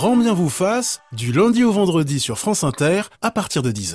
Grand bien vous fasse, du lundi au vendredi sur France Inter, à partir de 10h.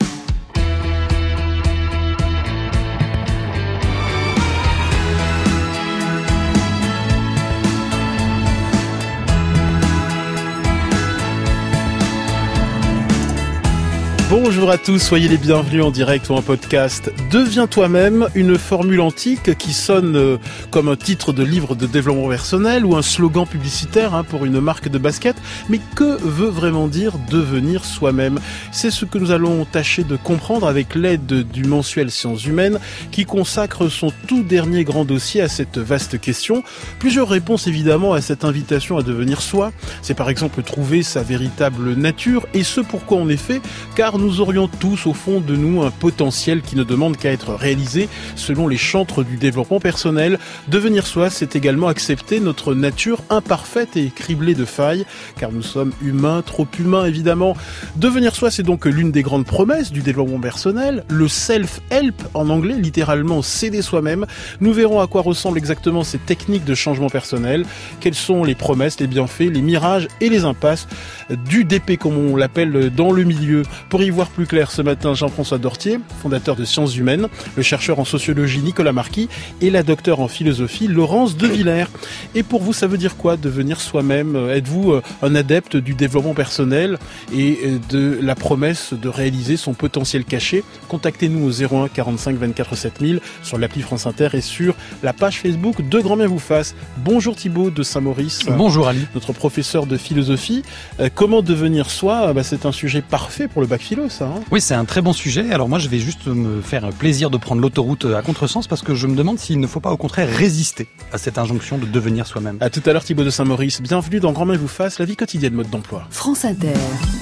Bonjour à tous, soyez les bienvenus en direct ou en podcast. Deviens toi-même, une formule antique qui sonne comme un titre de livre de développement personnel ou un slogan publicitaire pour une marque de basket. Mais que veut vraiment dire devenir soi-même ? C'est ce que nous allons tâcher de comprendre avec l'aide du mensuel Sciences Humaines qui consacre son tout dernier grand dossier à cette vaste question. Plusieurs réponses évidemment à cette invitation à devenir soi. C'est par exemple trouver sa véritable nature et ce pourquoi en effet, car nous aurions tous au fond de nous un potentiel qui ne demande qu'à être réalisé selon les chantres du développement personnel. Devenir soi, c'est également accepter notre nature imparfaite et criblée de failles, car nous sommes humains, trop humains évidemment. Devenir soi, c'est donc l'une des grandes promesses du développement personnel, le self-help en anglais, littéralement s'aider soi-même. Nous verrons à quoi ressemblent exactement ces techniques de changement personnel, quelles sont les promesses, les bienfaits, les mirages et les impasses du DP comme on l'appelle dans le milieu. Pour y voir plus clair ce matin, Jean-François Dortier, fondateur de Sciences Humaines, le chercheur en sociologie Nicolas Marquis et la docteure en philosophie Laurence De Villers. Et pour vous, ça veut dire quoi devenir soi-même ? Êtes-vous un adepte du développement personnel et de la promesse de réaliser son potentiel caché ? Contactez-nous au 01 45 24 7000 sur l'appli France Inter et sur la page Facebook de Grand Bien vous fasse. Bonjour Thibaut de Saint-Maurice. Bonjour Ali. Notre professeur de philosophie. Comment devenir soi ? C'est un sujet parfait pour le bac philo, ça. Oui, c'est un très bon sujet. Alors moi, je vais juste me faire plaisir de prendre l'autoroute à contresens parce que je me demande s'il ne faut pas au contraire résister à cette injonction de devenir soi-même. À tout à l'heure Thibaut de Saint-Maurice. Bienvenue dans Grand Bien vous fasse, la vie quotidienne mode d'emploi. France Inter.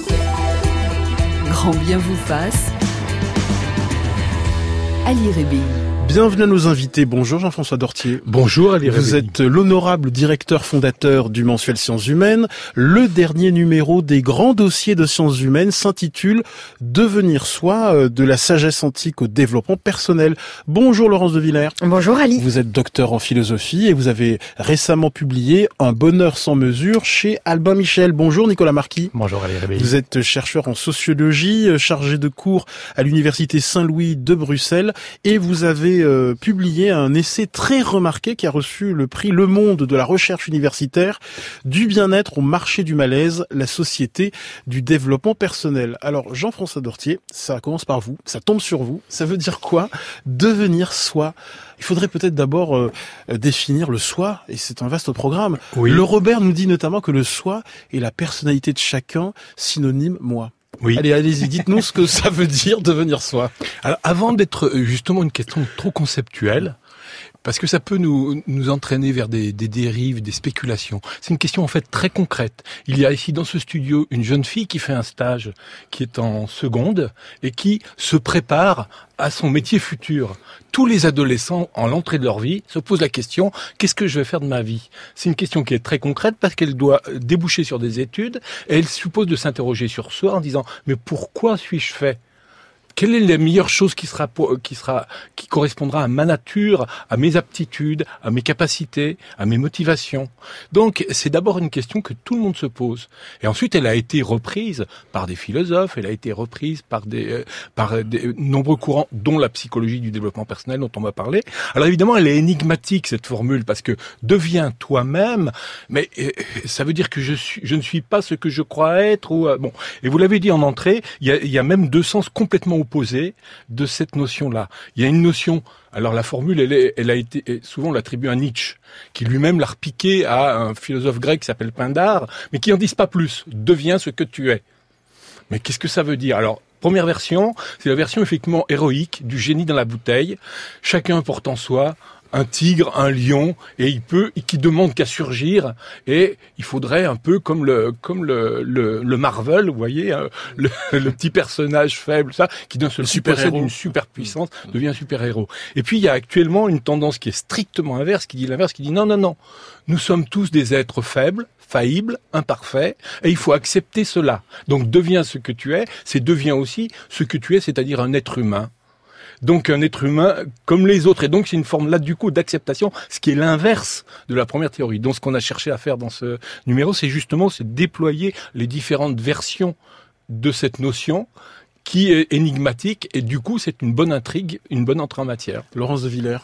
Grand Bien vous fasse. Ali Rébi. Bienvenue à nos invités. Bonjour Jean-François Dortier. Bonjour Ali Rébi. Vous êtes l'honorable directeur fondateur du mensuel Sciences Humaines. Le dernier numéro des grands dossiers de Sciences Humaines s'intitule « Devenir soi, de la sagesse antique au développement personnel ». Bonjour Laurence De Villers. Bonjour Ali. Vous êtes docteur en philosophie et vous avez récemment publié « Un bonheur sans mesure » chez Albin Michel. Bonjour Nicolas Marquis. Bonjour Ali Rébi. Vous êtes chercheur en sociologie, chargé de cours à l'université Saint-Louis de Bruxelles et vous avez publié un essai très remarqué qui a reçu le prix Le Monde de la recherche universitaire du bien-être au marché du malaise, la société du développement personnel. Alors Jean-François Dortier, ça commence par vous, ça tombe sur vous, ça veut dire quoi ? Devenir soi. Il faudrait peut-être d'abord définir le soi, et c'est un vaste programme. Oui. Le Robert nous dit notamment que le soi est la personnalité de chacun, synonyme moi. Oui. Allez-y, dites-nous ce que ça veut dire devenir soi. Alors, avant d'être justement une question trop conceptuelle, parce que ça peut nous entraîner vers des dérives, des spéculations. C'est une question en fait très concrète. Il y a ici dans ce studio une jeune fille qui fait un stage, qui est en seconde et qui se prépare à son métier futur. Tous les adolescents, en l'entrée de leur vie, se posent la question « Qu'est-ce que je vais faire de ma vie ?» C'est une question qui est très concrète parce qu'elle doit déboucher sur des études et elle suppose de s'interroger sur soi en disant « Mais pourquoi suis-je fait ?» Quelle est la meilleure chose qui correspondra à ma nature, à mes aptitudes, à mes capacités, à mes motivations? Donc, c'est d'abord une question que tout le monde se pose. Et ensuite, elle a été reprise par des philosophes, elle a été reprise par des nombreux courants, dont la psychologie du développement personnel dont on va parler. Alors évidemment, elle est énigmatique, cette formule, parce que deviens toi-même, mais ça veut dire que je ne suis pas ce que je crois être, ou bon. Et vous l'avez dit en entrée, il y a même deux sens complètement opposé de cette notion-là. Il y a une notion, alors la formule, elle a été, souvent on l'attribue à Nietzsche, qui lui-même l'a repiqué à un philosophe grec qui s'appelle Pindare, mais qui en disent pas plus. Deviens ce que tu es. Mais qu'est-ce que ça veut dire? Alors, première version, c'est la version effectivement héroïque du génie dans la bouteille. Chacun porte en soi un tigre, un lion, et qui demande qu'à surgir, et il faudrait un peu comme le Marvel, vous voyez, le petit personnage faible, ça, qui d'un seul coup possède une super puissance, devient un super-héros. Et puis il y a actuellement une tendance qui est strictement inverse, qui dit non, nous sommes tous des êtres faibles, faillibles, imparfaits, et il faut accepter cela. Donc deviens ce que tu es, c'est deviens aussi ce que tu es, c'est-à-dire un être humain. donc un être humain comme les autres. Et donc c'est une forme là du coup d'acceptation, ce qui est l'inverse de la première théorie. Donc ce qu'on a cherché à faire dans ce numéro, c'est déployer les différentes versions de cette notion qui est énigmatique, et du coup c'est une bonne intrigue, une bonne entrée en matière. Laurence de Villers.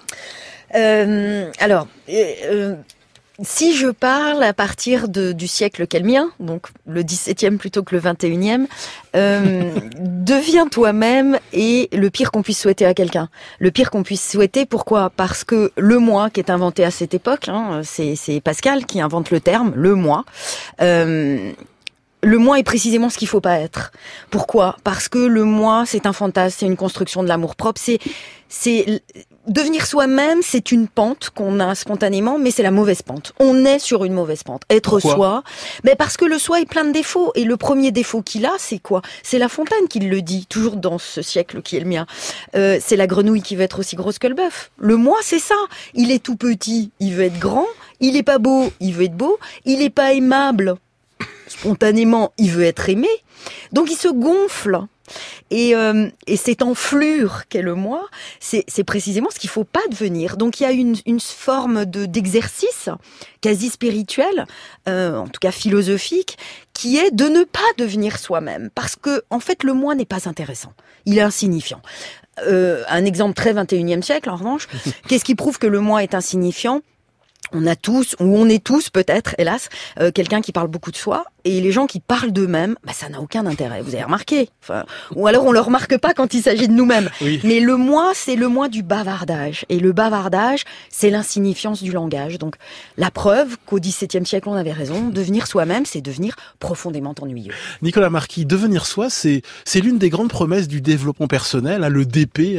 Si je parle à partir du siècle qu'est le mien, donc le 17e plutôt que le 21e, deviens toi-même est le pire qu'on puisse souhaiter à quelqu'un. Le pire qu'on puisse souhaiter, pourquoi ? Parce que le moi qui est inventé à cette époque, c'est Pascal qui invente le terme, le moi. Le moi est précisément ce qu'il faut pas être. Pourquoi ? Parce que le moi, c'est un fantasme, c'est une construction de l'amour-propre, c'est devenir soi-même, c'est une pente qu'on a spontanément, mais c'est la mauvaise pente. On est sur une mauvaise pente. Être soi, parce que le soi est plein de défauts. Et le premier défaut qu'il a, c'est quoi ? C'est La Fontaine qui le dit, toujours dans ce siècle qui est le mien. C'est la grenouille qui veut être aussi grosse que le bœuf. Le moi, c'est ça. Il est tout petit, il veut être grand. Il est pas beau, il veut être beau. Il est pas aimable. Spontanément, il veut être aimé. Donc il se gonfle. Et cette enflure qu'est le moi, c'est précisément ce qu'il faut pas devenir. Donc il y a une forme d'exercice quasi spirituel, en tout cas philosophique, qui est de ne pas devenir soi-même, parce que en fait le moi n'est pas intéressant, il est insignifiant. Un exemple très 21e siècle en revanche, qu'est-ce qui prouve que le moi est insignifiant ? On a tous, ou on est tous peut-être, hélas, quelqu'un qui parle beaucoup de soi, et les gens qui parlent d'eux-mêmes, ça n'a aucun intérêt, vous avez remarqué. Ou alors on le remarque pas quand il s'agit de nous-mêmes. Oui. Mais le moi, c'est le moi du bavardage. Et le bavardage, c'est l'insignifiance du langage. Donc la preuve qu'au XVIIe siècle, on avait raison, devenir soi-même, c'est devenir profondément ennuyeux. Nicolas Marquis, devenir soi, c'est l'une des grandes promesses du développement personnel, le DP,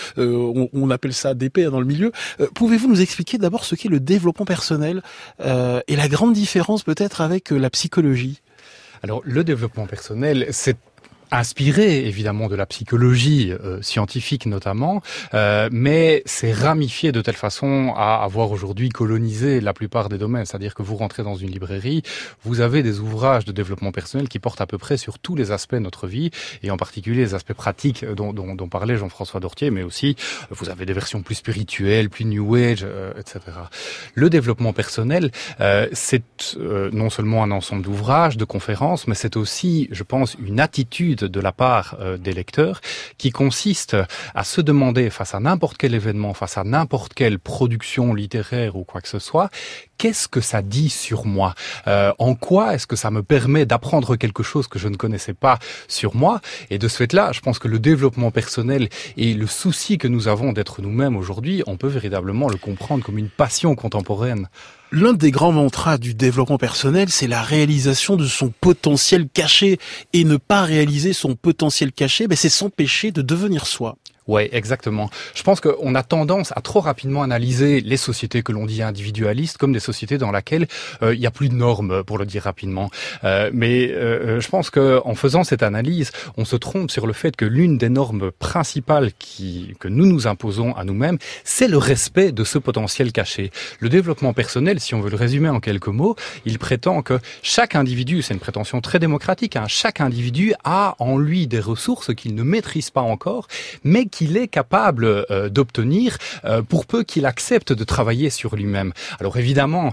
on appelle ça DP dans le milieu. Pouvez-vous nous expliquer d'abord ce qu'est le développement personnel et la grande différence peut-être avec la psychologie ? Alors, le développement personnel, c'est inspiré évidemment de la psychologie scientifique notamment, mais c'est ramifié de telle façon à avoir aujourd'hui colonisé la plupart des domaines. C'est-à-dire que vous rentrez dans une librairie, vous avez des ouvrages de développement personnel qui portent à peu près sur tous les aspects de notre vie, et en particulier les aspects pratiques dont parlait Jean-François Dortier, mais aussi vous avez des versions plus spirituelles, plus New Age, etc. Le développement personnel, c'est non seulement un ensemble d'ouvrages, de conférences, mais c'est aussi, je pense, une attitude de la part des lecteurs qui consiste à se demander face à n'importe quel événement, face à n'importe quelle production littéraire ou quoi que ce soit, qu'est-ce que ça dit sur moi ? En quoi est-ce que ça me permet d'apprendre quelque chose que je ne connaissais pas sur moi ? Et de ce fait-là, je pense que le développement personnel et le souci que nous avons d'être nous-mêmes aujourd'hui, on peut véritablement le comprendre comme une passion contemporaine. L'un des grands mantras du développement personnel, c'est la réalisation de son potentiel caché. Et ne pas réaliser son potentiel caché, c'est s'empêcher de devenir soi. Ouais, exactement. Je pense qu'on a tendance à trop rapidement analyser les sociétés que l'on dit individualistes comme des sociétés dans lesquelles il y a plus de normes, pour le dire rapidement. Mais je pense que en faisant cette analyse, on se trompe sur le fait que l'une des normes principales que nous imposons à nous-mêmes, c'est le respect de ce potentiel caché. Le développement personnel, si on veut le résumer en quelques mots, il prétend que chaque individu, c'est une prétention très démocratique, chaque individu a en lui des ressources qu'il ne maîtrise pas encore, mais qu'il est capable d'obtenir pour peu qu'il accepte de travailler sur lui-même. Alors évidemment,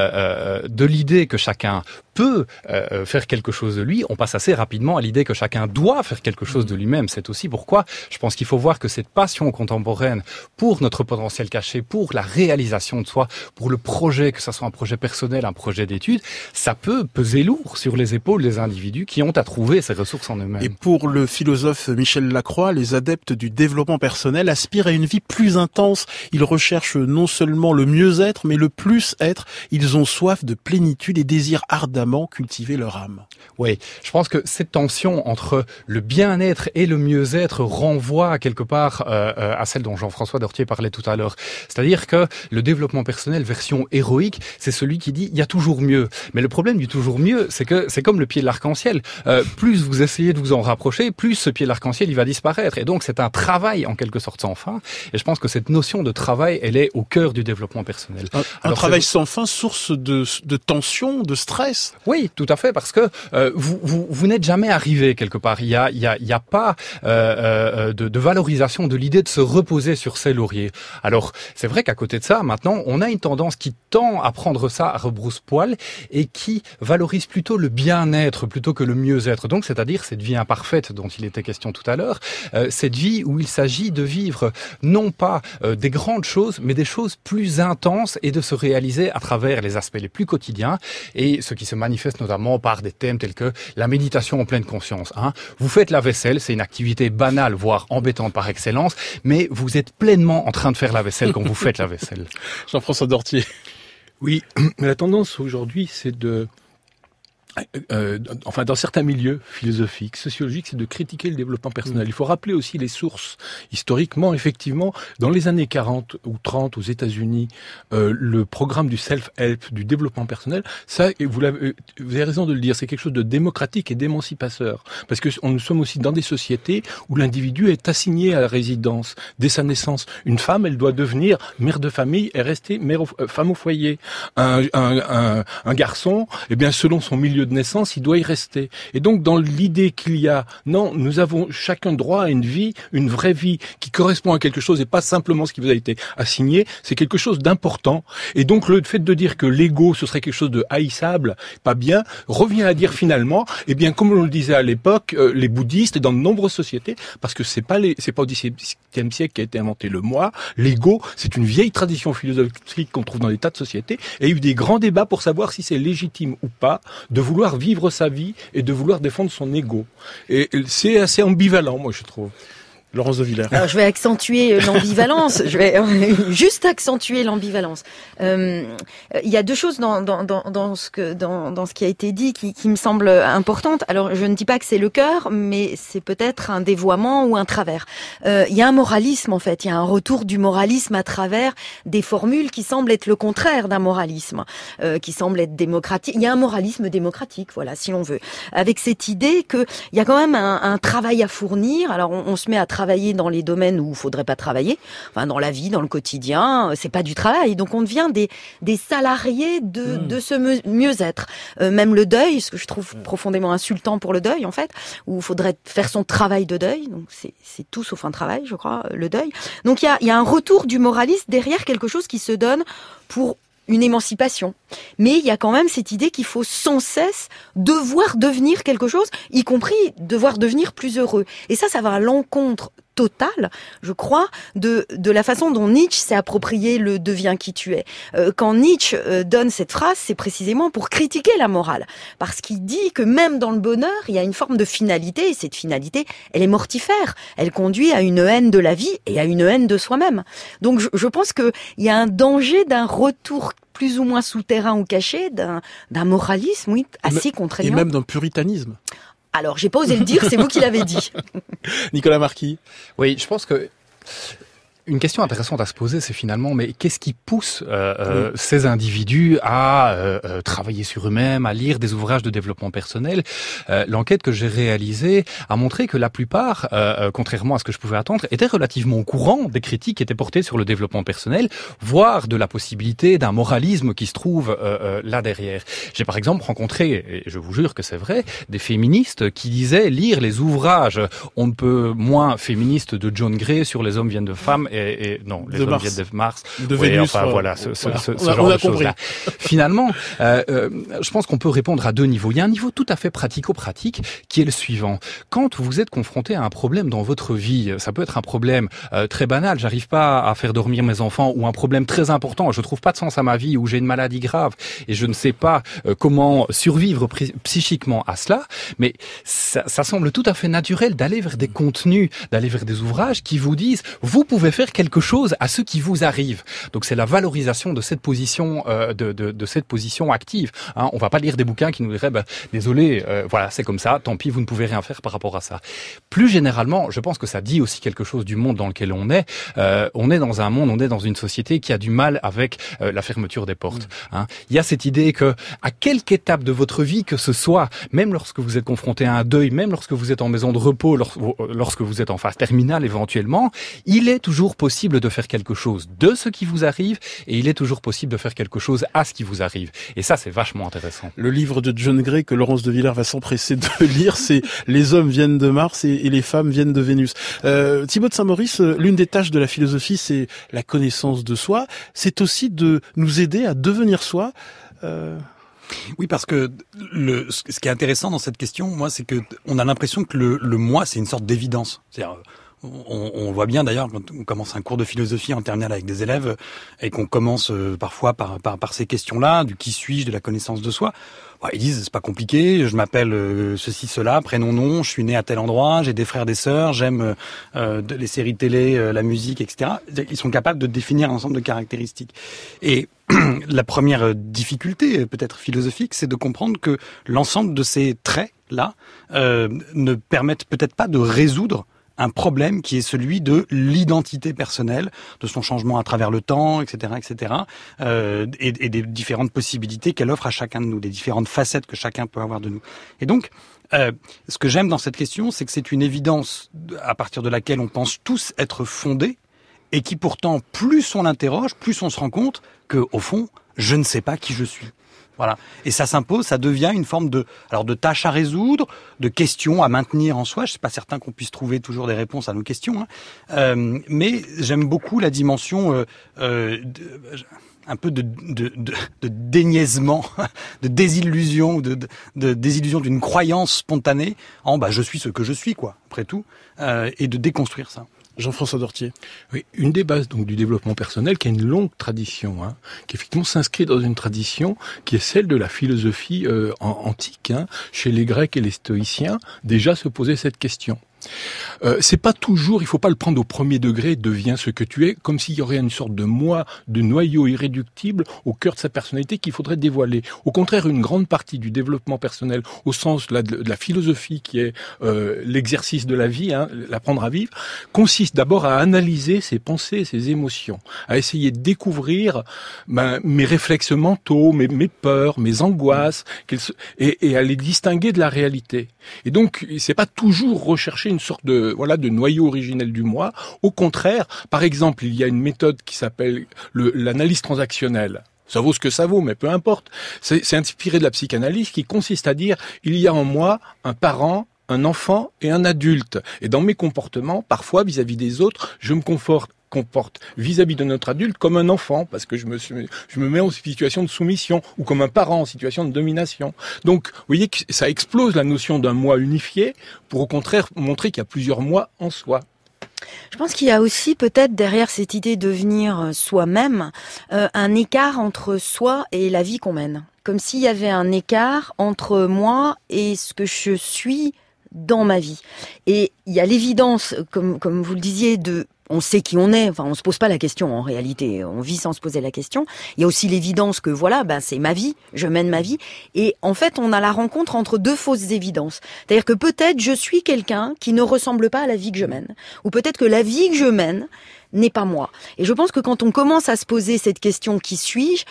de l'idée que chacun peut faire quelque chose de lui, on passe assez rapidement à l'idée que chacun doit faire quelque chose de lui-même. C'est aussi pourquoi je pense qu'il faut voir que cette passion contemporaine pour notre potentiel caché, pour la réalisation de soi, pour le projet, que ce soit un projet personnel, un projet d'études, ça peut peser lourd sur les épaules des individus qui ont à trouver ces ressources en eux-mêmes. Et pour le philosophe Michel Lacroix, les adeptes du développement personnel aspirent à une vie plus intense. Ils recherchent non seulement le mieux-être, mais le plus-être. Ils ont soif de plénitude et désirent ardemment cultiver leur âme. Oui, je pense que cette tension entre le bien-être et le mieux-être renvoie quelque part à celle dont Jean-François Dortier parlait tout à l'heure. C'est-à-dire que le développement personnel version héroïque, c'est celui qui dit il y a toujours mieux. Mais le problème du toujours mieux, c'est que c'est comme le pied de l'arc-en-ciel. Plus vous essayez de vous en rapprocher, plus ce pied de l'arc-en-ciel il va disparaître. Et donc c'est un travail en quelque sorte sans fin. Et je pense que cette notion de travail, elle est au cœur du développement personnel. Un travail sans fin, source de tension, de stress. sens. Oui, tout à fait, parce que vous n'êtes jamais arrivé quelque part. Il y a pas de valorisation de l'idée de se reposer sur ses lauriers. Alors, c'est vrai qu'à côté de ça, maintenant, on a une tendance qui tend à prendre ça à rebrousse-poil et qui valorise plutôt le bien-être plutôt que le mieux-être. Donc, c'est-à-dire cette vie imparfaite dont il était question tout à l'heure, cette vie où il s'agit de vivre non pas des grandes choses, mais des choses plus intenses et de se réaliser à travers les aspects les plus quotidiens et ce qui se manifeste notamment par des thèmes tels que la méditation en pleine conscience. Vous faites la vaisselle, c'est une activité banale, voire embêtante par excellence, mais vous êtes pleinement en train de faire la vaisselle quand vous faites la vaisselle. Jean-François Dortier. Oui, mais la tendance aujourd'hui, c'est dans certains milieux philosophiques, sociologiques, c'est de critiquer le développement personnel. Il faut rappeler aussi les sources. Historiquement, effectivement, dans les années 40 ou 30 aux États-Unis, le programme du self-help, du développement personnel, ça, vous avez raison de le dire, c'est quelque chose de démocratique et d'émancipateur. Parce que nous sommes aussi dans des sociétés où l'individu est assigné à la résidence dès sa naissance. Une femme, elle doit devenir mère de famille et rester femme au foyer. Un garçon, eh bien, selon son milieu de naissance, il doit y rester. Et donc, dans l'idée qu'il y a, non, nous avons chacun droit à une vie, une vraie vie, qui correspond à quelque chose et pas simplement ce qui vous a été assigné, c'est quelque chose d'important. Et donc, le fait de dire que l'ego, ce serait quelque chose de haïssable, pas bien, revient à dire finalement, eh bien, comme on le disait à l'époque, les bouddhistes et dans de nombreuses sociétés, parce que c'est pas au XVIIe siècle qu'a été inventé le moi, l'ego, c'est une vieille tradition philosophique qu'on trouve dans des tas de sociétés, et il y a eu des grands débats pour savoir si c'est légitime ou pas de vouloir vivre sa vie et de vouloir défendre son ego. Et c'est assez ambivalent, moi, je trouve. Laurence de Villers. Alors, je vais accentuer l'ambivalence. Je vais juste accentuer l'ambivalence. Il y a deux choses dans ce qui a été dit qui me semblent importantes. Alors, je ne dis pas que c'est le cœur, mais c'est peut-être un dévoiement ou un travers. Il y a un moralisme, en fait. Il y a un retour du moralisme à travers des formules qui semblent être le contraire d'un moralisme, qui semblent être démocratique. Il y a un moralisme démocratique, voilà, si l'on veut. Avec cette idée que il y a quand même un travail à fournir. Alors, on se met à travailler dans les domaines où il faudrait pas travailler, enfin dans la vie, dans le quotidien, c'est pas du travail. Donc on devient des salariés de ce mieux-être. Même le deuil, ce que je trouve profondément insultant pour le deuil en fait, où il faudrait faire son travail de deuil. Donc c'est tout sauf un travail, je crois, le deuil. Donc il y a un retour du moraliste derrière quelque chose qui se donne pour une émancipation. Mais il y a quand même cette idée qu'il faut sans cesse devoir devenir quelque chose, y compris devoir devenir plus heureux. Et ça va à l'encontre totale, je crois, de la façon dont Nietzsche s'est approprié le « deviens qui tu es ». Quand Nietzsche donne cette phrase, c'est précisément pour critiquer la morale. Parce qu'il dit que même dans le bonheur, il y a une forme de finalité, et cette finalité, elle est mortifère. Elle conduit à une haine de la vie et à une haine de soi-même. Donc je pense qu'il y a un danger d'un retour plus ou moins souterrain ou caché, d'un moralisme, oui, assez contraignant. Et même d'un puritanisme. Alors, j'ai pas osé le dire, c'est vous qui l'avez dit. Nicolas Marquis. Oui, je pense que une question intéressante à se poser, c'est finalement, mais qu'est-ce qui pousse ces individus à travailler sur eux-mêmes, à lire des ouvrages de développement personnel? L'enquête que j'ai réalisée a montré que la plupart, contrairement à ce que je pouvais attendre, étaient relativement au courant des critiques qui étaient portées sur le développement personnel, voire de la possibilité d'un moralisme qui se trouve là derrière. J'ai par exemple rencontré, et je vous jure que c'est vrai, des féministes qui disaient lire les ouvrages on ne peut moins féministes de John Gray sur les hommes viennent de femmes, et non, les hommes viennent de Mars, de Vénus, enfin voilà, ce genre de choses-là. Finalement, je pense qu'on peut répondre à deux niveaux. Il y a un niveau tout à fait pratico-pratique qui est le suivant. Quand vous êtes confronté à un problème dans votre vie, ça peut être un problème très banal, j'arrive pas à faire dormir mes enfants, ou un problème très important, je trouve pas de sens à ma vie, ou j'ai une maladie grave et je ne sais pas comment survivre psychiquement à cela, mais ça semble tout à fait naturel d'aller vers des contenus, d'aller vers des ouvrages qui vous disent vous pouvez faire quelque chose à ce qui vous arrive. Donc c'est la valorisation de cette position de cette position active. On va pas lire des bouquins qui nous diraient désolé, voilà, c'est comme ça, tant pis, vous ne pouvez rien faire par rapport à ça. Plus généralement, je pense que ça dit aussi quelque chose du monde dans lequel on est. On est dans un monde, on est dans une société qui a du mal avec la fermeture des portes. Il y a cette idée que à quelque étape de votre vie que ce soit, même lorsque vous êtes confronté à un deuil, même lorsque vous êtes en maison de repos, lorsque vous êtes en phase terminale éventuellement, il est toujours toujours possible de faire quelque chose de ce qui vous arrive et il est toujours possible de faire quelque chose à ce qui vous arrive. Et ça, c'est vachement intéressant. Le livre de John Gray que Laurence de Villers va s'empresser de lire, c'est « Les hommes viennent de Mars et les femmes viennent de Vénus ». Thibaut de Saint-Maurice, l'une des tâches de la philosophie, c'est la connaissance de soi. C'est aussi de nous aider à devenir soi. Oui, parce que ce qui est intéressant dans cette question, moi, c'est que on a l'impression que le moi, c'est une sorte d'évidence. C'est-à-dire, on voit bien d'ailleurs quand on commence un cours de philosophie en terminale avec des élèves et qu'on commence parfois par ces questions-là, du qui suis-je, de la connaissance de soi. Ils disent c'est pas compliqué, je m'appelle ceci, cela, prénom, nom, je suis né à tel endroit, j'ai des frères, des sœurs, j'aime les séries télé, la musique, etc. Ils sont capables de définir un ensemble de caractéristiques. Et la première difficulté, peut-être philosophique, c'est de comprendre que l'ensemble de ces traits-là ne permettent peut-être pas de résoudre un problème qui est celui de l'identité personnelle, de son changement à travers le temps, etc., et des différentes possibilités qu'elle offre à chacun de nous, des différentes facettes que chacun peut avoir de nous. Et donc, ce que j'aime dans cette question, c'est que c'est une évidence à partir de laquelle on pense tous être fondés, et qui pourtant, plus on l'interroge, plus on se rend compte que, au fond, je ne sais pas qui je suis. Voilà. Et ça s'impose, ça devient une forme de tâche à résoudre, de questions à maintenir en soi. Je suis pas certain qu'on puisse trouver toujours des réponses à nos questions, mais j'aime beaucoup la dimension un peu de déniaisement, de désillusion, de désillusion d'une croyance spontanée en je suis ce que je suis, quoi, après tout, et de déconstruire ça. Jean-François Dortier. Oui, une des bases donc du développement personnel qui a une longue tradition, qui effectivement s'inscrit dans une tradition qui est celle de la philosophie antique. Chez les Grecs et les Stoïciens, déjà se posait cette question. C'est pas toujours, il faut pas le prendre au premier degré, deviens ce que tu es, comme s'il y aurait une sorte de moi, de noyau irréductible au cœur de sa personnalité qu'il faudrait dévoiler. Au contraire, une grande partie du développement personnel, au sens de la philosophie qui est l'exercice de la vie, l'apprendre à vivre, consiste d'abord à analyser ses pensées, ses émotions, à essayer de découvrir mes réflexes mentaux, mes peurs, mes angoisses, et à les distinguer de la réalité. Et donc, c'est pas toujours rechercher une sorte de noyau originel du moi. Au contraire, par exemple, il y a une méthode qui s'appelle l'analyse transactionnelle. Ça vaut ce que ça vaut, mais peu importe. C'est inspiré de la psychanalyse qui consiste à dire il y a en moi un parent, un enfant et un adulte. Et dans mes comportements, parfois vis-à-vis des autres, je me comporte vis-à-vis de notre adulte comme un enfant, parce que je me mets en situation de soumission, ou comme un parent en situation de domination. Donc, vous voyez que ça explose la notion d'un moi unifié, pour au contraire montrer qu'il y a plusieurs moi en soi. Je pense qu'il y a aussi peut-être derrière cette idée de devenir soi-même, un écart entre soi et la vie qu'on mène. Comme s'il y avait un écart entre moi et ce que je suis dans ma vie. Et il y a l'évidence, comme vous le disiez, on sait qui on est, enfin on se pose pas la question en réalité, on vit sans se poser la question. Il y a aussi l'évidence que c'est ma vie, je mène ma vie, et en fait on a la rencontre entre deux fausses évidences. C'est-à-dire que peut-être je suis quelqu'un qui ne ressemble pas à la vie que je mène, ou peut-être que la vie que je mène n'est pas moi. Et je pense que quand on commence à se poser cette question qui suis-je,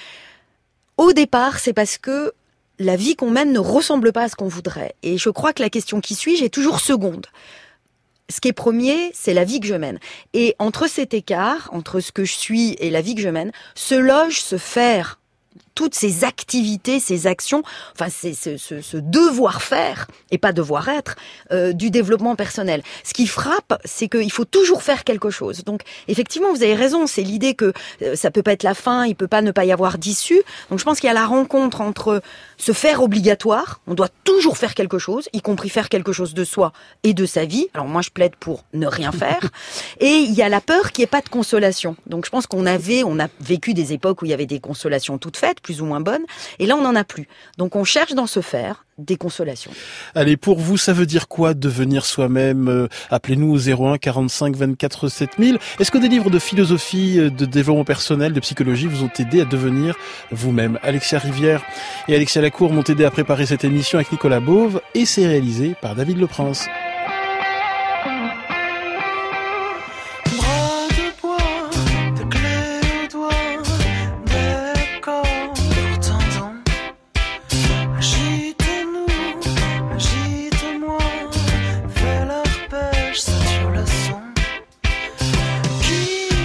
au départ c'est parce que la vie qu'on mène ne ressemble pas à ce qu'on voudrait. Et je crois que la question qui suis-je est toujours seconde. Ce qui est premier, c'est la vie que je mène. Et entre cet écart, entre ce que je suis et la vie que je mène, se loge ce faire, toutes ces activités, ces actions, enfin c'est ce devoir faire et pas devoir être du développement personnel. Ce qui frappe, c'est qu'il faut toujours faire quelque chose. Donc effectivement, vous avez raison, c'est l'idée que ça peut pas être la fin, il peut pas ne pas y avoir d'issue. Donc je pense qu'il y a la rencontre entre se faire obligatoire, on doit toujours faire quelque chose, y compris faire quelque chose de soi et de sa vie. Alors moi je plaide pour ne rien faire. Et il y a la peur qu'il n'y ait pas de consolation. Donc je pense qu'on a vécu des époques où il y avait des consolations toutes faites, plus ou moins bonnes, et là on n'en a plus. Donc on cherche dans ce faire des consolations. Allez, pour vous, ça veut dire quoi devenir soi-même? Appelez-nous au 01 45 24 7000. Est-ce que des livres de philosophie, de développement personnel, de psychologie vous ont aidé à devenir vous-même? Alexia Rivière et Alexia Lacour m'ont aidé à préparer cette émission avec Nicolas Beauve, et c'est réalisé par David Leprince. Qui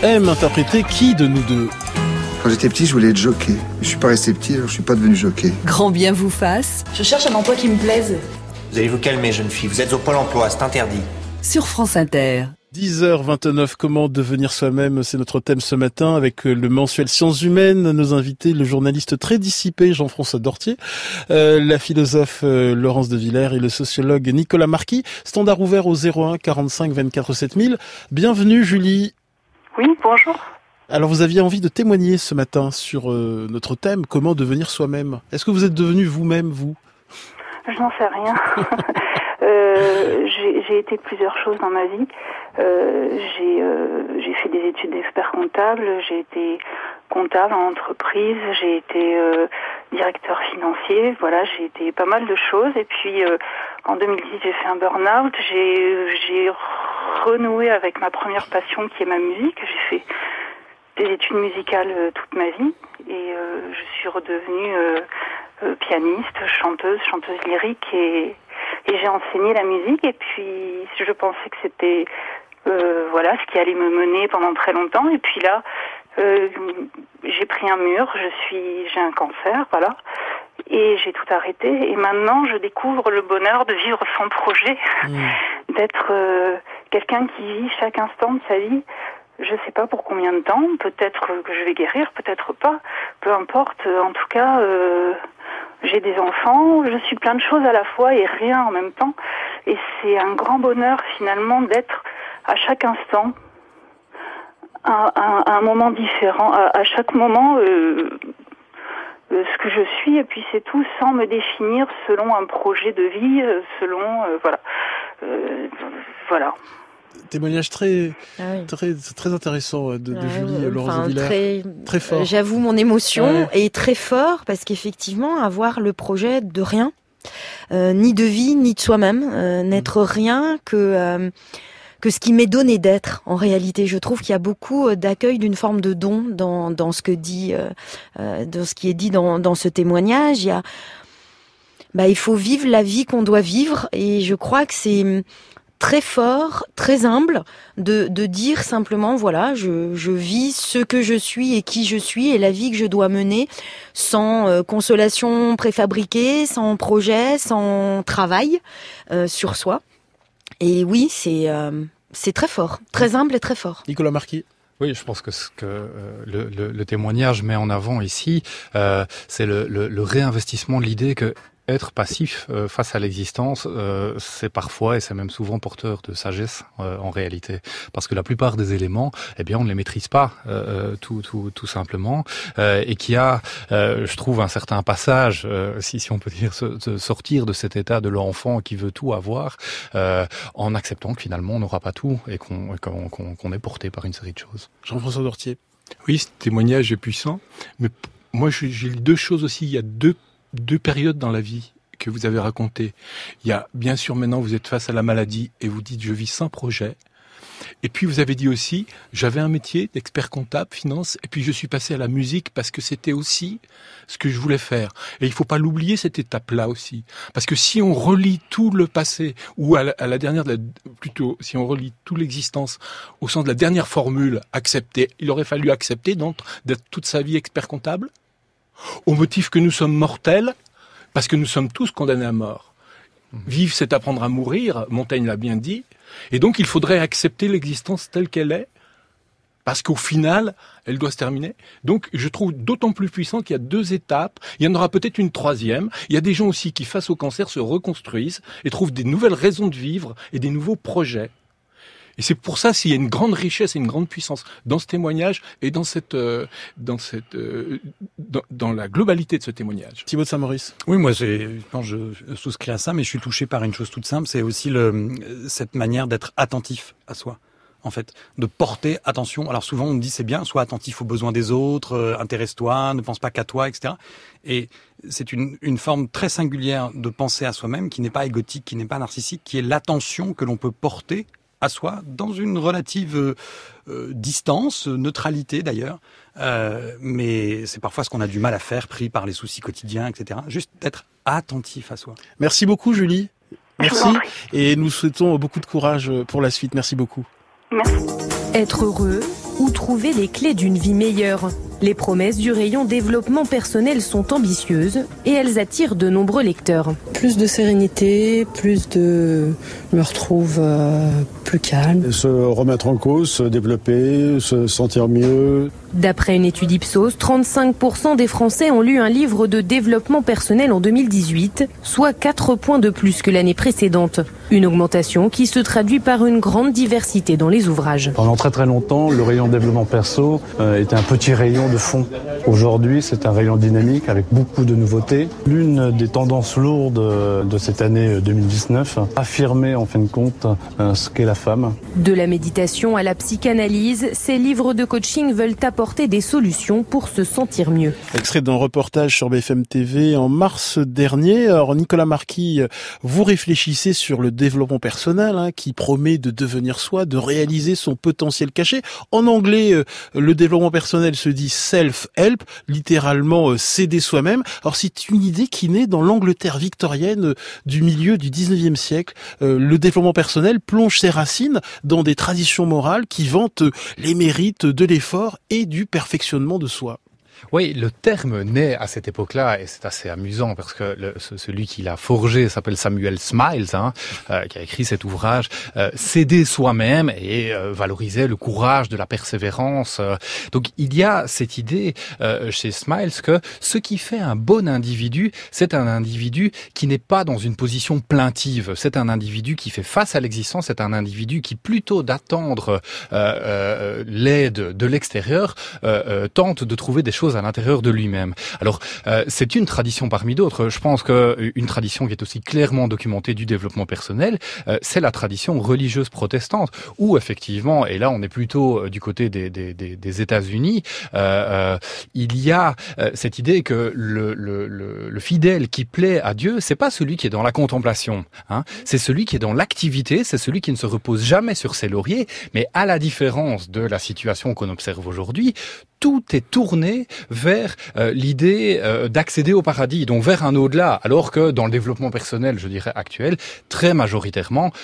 aime interpréter qui de nous deux ? Quand j'étais petit, je voulais être jockey. Je suis pas resté petit, alors je suis pas devenu jockey. Grand bien vous fasse. Je cherche un emploi qui me plaise. Vous allez vous calmer, jeune fille. Vous êtes au Pôle emploi, c'est interdit. Sur France Inter. 10h29, comment devenir soi-même, c'est notre thème ce matin avec le mensuel Sciences Humaines, nos invités, le journaliste très dissipé Jean-François Dortier, la philosophe Laurence de Villers et le sociologue Nicolas Marquis. Standard ouvert au 01 45 24 7000. Bienvenue Julie. Oui, bonjour. Alors vous aviez envie de témoigner ce matin sur notre thème, comment devenir soi-même. Est-ce que vous êtes devenu vous-même, vous ? Je n'en sais rien. J'ai été plusieurs choses dans ma vie. J'ai fait des études d'expert comptable, j'ai été comptable en entreprise, j'ai été directeur financier, voilà, j'ai été pas mal de choses. Et puis en 2010, j'ai fait un burn-out, j'ai renoué avec ma première passion qui est ma musique. J'ai fait des études musicales toute ma vie et je suis redevenue pianiste, chanteuse lyrique et j'ai enseigné la musique et puis je pensais que c'était voilà ce qui allait me mener pendant très longtemps et puis là j'ai pris un mur, j'ai un cancer, voilà, et j'ai tout arrêté et maintenant je découvre le bonheur de vivre son projet, d'être quelqu'un qui vit chaque instant de sa vie. Je sais pas pour combien de temps, peut-être que je vais guérir, peut-être pas, peu importe, en tout cas j'ai des enfants, je suis plein de choses à la fois et rien en même temps. Et c'est un grand bonheur finalement d'être à chaque instant, à un moment différent, à chaque moment ce que je suis, et puis c'est tout sans me définir selon un projet de vie, selon... voilà. Témoignage très intéressant de Julie Laurence de Villers. Très fort. J'avoue mon émotion est très fort parce qu'effectivement avoir le projet de rien, ni de vie ni de soi-même, n'être rien que ce qui m'est donné d'être. En réalité, je trouve qu'il y a beaucoup d'accueil d'une forme de don dans ce que dit, dans ce qui est dit dans ce témoignage. Il faut vivre la vie qu'on doit vivre et je crois que c'est très fort, très humble de dire simplement voilà, je vis ce que je suis et qui je suis et la vie que je dois mener sans consolation préfabriquée, sans projet, sans travail sur soi. Et oui, c'est très fort, très humble et très fort. Nicolas Marquis. Oui, je pense que ce que le témoignage met en avant ici, c'est le réinvestissement de l'idée que être passif face à l'existence, c'est parfois et c'est même souvent porteur de sagesse en réalité, parce que la plupart des éléments, eh bien, on ne les maîtrise pas tout simplement, et qu'il y a, je trouve, un certain passage, si on peut dire, sortir de cet état de l'enfant qui veut tout avoir, en acceptant que finalement on n'aura pas tout et qu'on est porté par une série de choses. Jean-François Dortier. Oui, ce témoignage est puissant, mais moi j'ai lu deux choses aussi. Il y a deux périodes dans la vie que vous avez racontées. Il y a, bien sûr, maintenant, vous êtes face à la maladie et vous dites, je vis sans projet. Et puis, vous avez dit aussi, j'avais un métier d'expert comptable, finance, et puis je suis passé à la musique parce que c'était aussi ce que je voulais faire. Et il faut pas l'oublier, cette étape-là aussi. Parce que si on relie tout le passé, ou à la dernière, plutôt, si on relie toute l'existence au sens de la dernière formule, accepter, il aurait fallu accepter d'être toute sa vie expert comptable, au motif que nous sommes mortels, parce que nous sommes tous condamnés à mort. Vivre, c'est apprendre à mourir, Montaigne l'a bien dit, et donc il faudrait accepter l'existence telle qu'elle est, parce qu'au final, elle doit se terminer. Donc je trouve d'autant plus puissant qu'il y a deux étapes, il y en aura peut-être une troisième, il y a des gens aussi qui, face au cancer, se reconstruisent et trouvent des nouvelles raisons de vivre et des nouveaux projets. Et c'est pour ça s'il y a une grande richesse et une grande puissance dans ce témoignage et dans la globalité de ce témoignage. Thibaut de Saint-Maurice. Oui, moi, je souscris à ça, mais je suis touché par une chose toute simple, c'est aussi cette manière d'être attentif à soi. En fait, de porter attention. Alors souvent on me dit c'est bien, sois attentif aux besoins des autres, intéresse-toi, ne pense pas qu'à toi, etc. Et c'est une forme très singulière de penser à soi-même qui n'est pas égotique, qui n'est pas narcissique, qui est l'attention que l'on peut porter à soi dans une relative distance, neutralité d'ailleurs, mais c'est parfois ce qu'on a du mal à faire, pris par les soucis quotidiens, etc. Juste d'être attentif à soi. Merci beaucoup Julie. Merci et nous souhaitons beaucoup de courage pour la suite. Merci beaucoup. Merci. Être heureux, ou trouver les clés d'une vie meilleure. Les promesses du rayon développement personnel sont ambitieuses et elles attirent de nombreux lecteurs. Plus de sérénité, je me retrouve plus calme. Se remettre en cause, se développer, se sentir mieux. D'après une étude Ipsos, 35% des Français ont lu un livre de développement personnel en 2018, soit 4 points de plus que l'année précédente. Une augmentation qui se traduit par une grande diversité dans les ouvrages. Pendant très très longtemps, le rayon développement perso était un petit rayon de fond. Aujourd'hui, c'est un rayon dynamique avec beaucoup de nouveautés. L'une des tendances lourdes de cette année 2019, affirmer en fin de compte ce qu'est la femme. De la méditation à la psychanalyse, ces livres de coaching veulent apporter des solutions pour se sentir mieux. Extrait d'un reportage sur BFM TV en mars dernier. Alors Nicolas Marquis, vous réfléchissez sur le développement personnel qui promet de devenir soi, de réaliser son potentiel caché. En anglais, le développement personnel se dit self-help, littéralement s'aider soi-même. Alors c'est une idée qui naît dans l'Angleterre victorienne du milieu du 19e siècle. Le développement personnel plonge ses racines dans des traditions morales qui vantent les mérites de l'effort et du perfectionnement de soi. Oui, le terme naît à cette époque-là et c'est assez amusant parce que celui qui l'a forgé s'appelle Samuel Smiles, qui a écrit cet ouvrage, s'aider soi-même et valoriser le courage de la persévérance. Donc il y a cette idée chez Smiles que ce qui fait un bon individu, c'est un individu qui n'est pas dans une position plaintive, c'est un individu qui fait face à l'existence, c'est un individu qui plutôt d'attendre l'aide de l'extérieur tente de trouver des choses à l'intérieur de lui-même. Alors, c'est une tradition parmi d'autres. Je pense qu'une tradition qui est aussi clairement documentée du développement personnel, c'est la tradition religieuse protestante, où effectivement, et là on est plutôt du côté des États-Unis, il y a cette idée que le fidèle qui plaît à Dieu, c'est pas celui qui est dans la contemplation, c'est celui qui est dans l'activité, c'est celui qui ne se repose jamais sur ses lauriers, mais à la différence de la situation qu'on observe aujourd'hui, tout est tourné vers l'idée d'accéder au paradis, donc vers un au-delà, alors que dans le développement personnel, je dirais actuel, très majoritairement,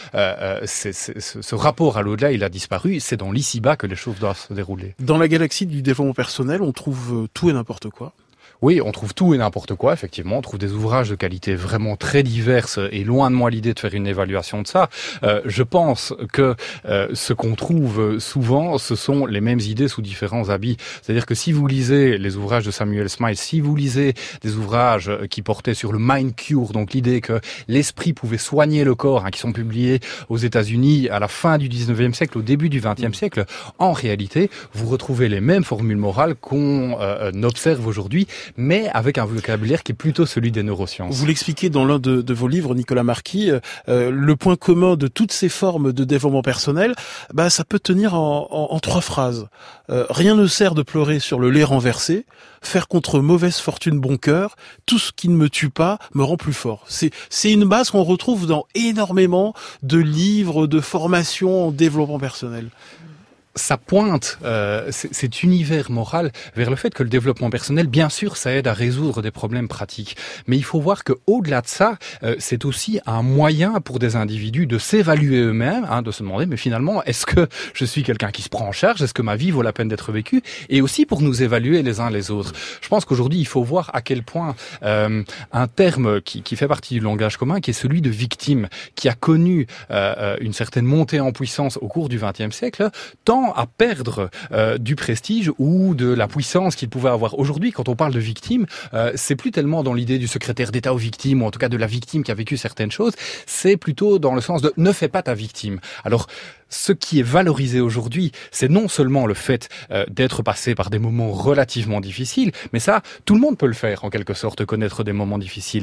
ce rapport à l'au-delà, il a disparu, c'est dans l'ici-bas que les choses doivent se dérouler. Dans la galaxie du développement personnel, on trouve tout et n'importe quoi. Oui, on trouve tout et n'importe quoi, effectivement. On trouve des ouvrages de qualité vraiment très diverses et loin de moi l'idée de faire une évaluation de ça. Je pense que ce qu'on trouve souvent, ce sont les mêmes idées sous différents habits. C'est-à-dire que si vous lisez les ouvrages de Samuel Smiles, si vous lisez des ouvrages qui portaient sur le mind cure, donc l'idée que l'esprit pouvait soigner le corps, qui sont publiés aux États-Unis à la fin du 19e siècle, au début du 20e siècle, en réalité, vous retrouvez les mêmes formules morales qu'on observe aujourd'hui, mais avec un vocabulaire qui est plutôt celui des neurosciences. Vous l'expliquez dans l'un de vos livres, Nicolas Marquis, le point commun de toutes ces formes de développement personnel, ça peut tenir en 3 phrases. Rien ne sert de pleurer sur le lait renversé, faire contre mauvaise fortune bon cœur, tout ce qui ne me tue pas me rend plus fort. C'est une base qu'on retrouve dans énormément de livres, de formations en développement personnel. Ça pointe cet univers moral vers le fait que le développement personnel, bien sûr, ça aide à résoudre des problèmes pratiques. Mais il faut voir que au-delà de ça, c'est aussi un moyen pour des individus de s'évaluer eux-mêmes, de se demander, mais finalement, est-ce que je suis quelqu'un qui se prend en charge? Est-ce que ma vie vaut la peine d'être vécue? Et aussi pour nous évaluer les uns les autres. Je pense qu'aujourd'hui, il faut voir à quel point un terme qui fait partie du langage commun, qui est celui de victime, qui a connu une certaine montée en puissance au cours du XXe siècle, tend à perdre du prestige ou de la puissance qu'il pouvait avoir. Aujourd'hui, quand on parle de victime, c'est plus tellement dans l'idée du secrétaire d'État aux victimes, ou en tout cas de la victime qui a vécu certaines choses, c'est plutôt dans le sens de « ne fais pas ta victime ». Alors, ce qui est valorisé aujourd'hui, c'est non seulement le fait d'être passé par des moments relativement difficiles, mais ça, tout le monde peut le faire, en quelque sorte, connaître des moments difficiles.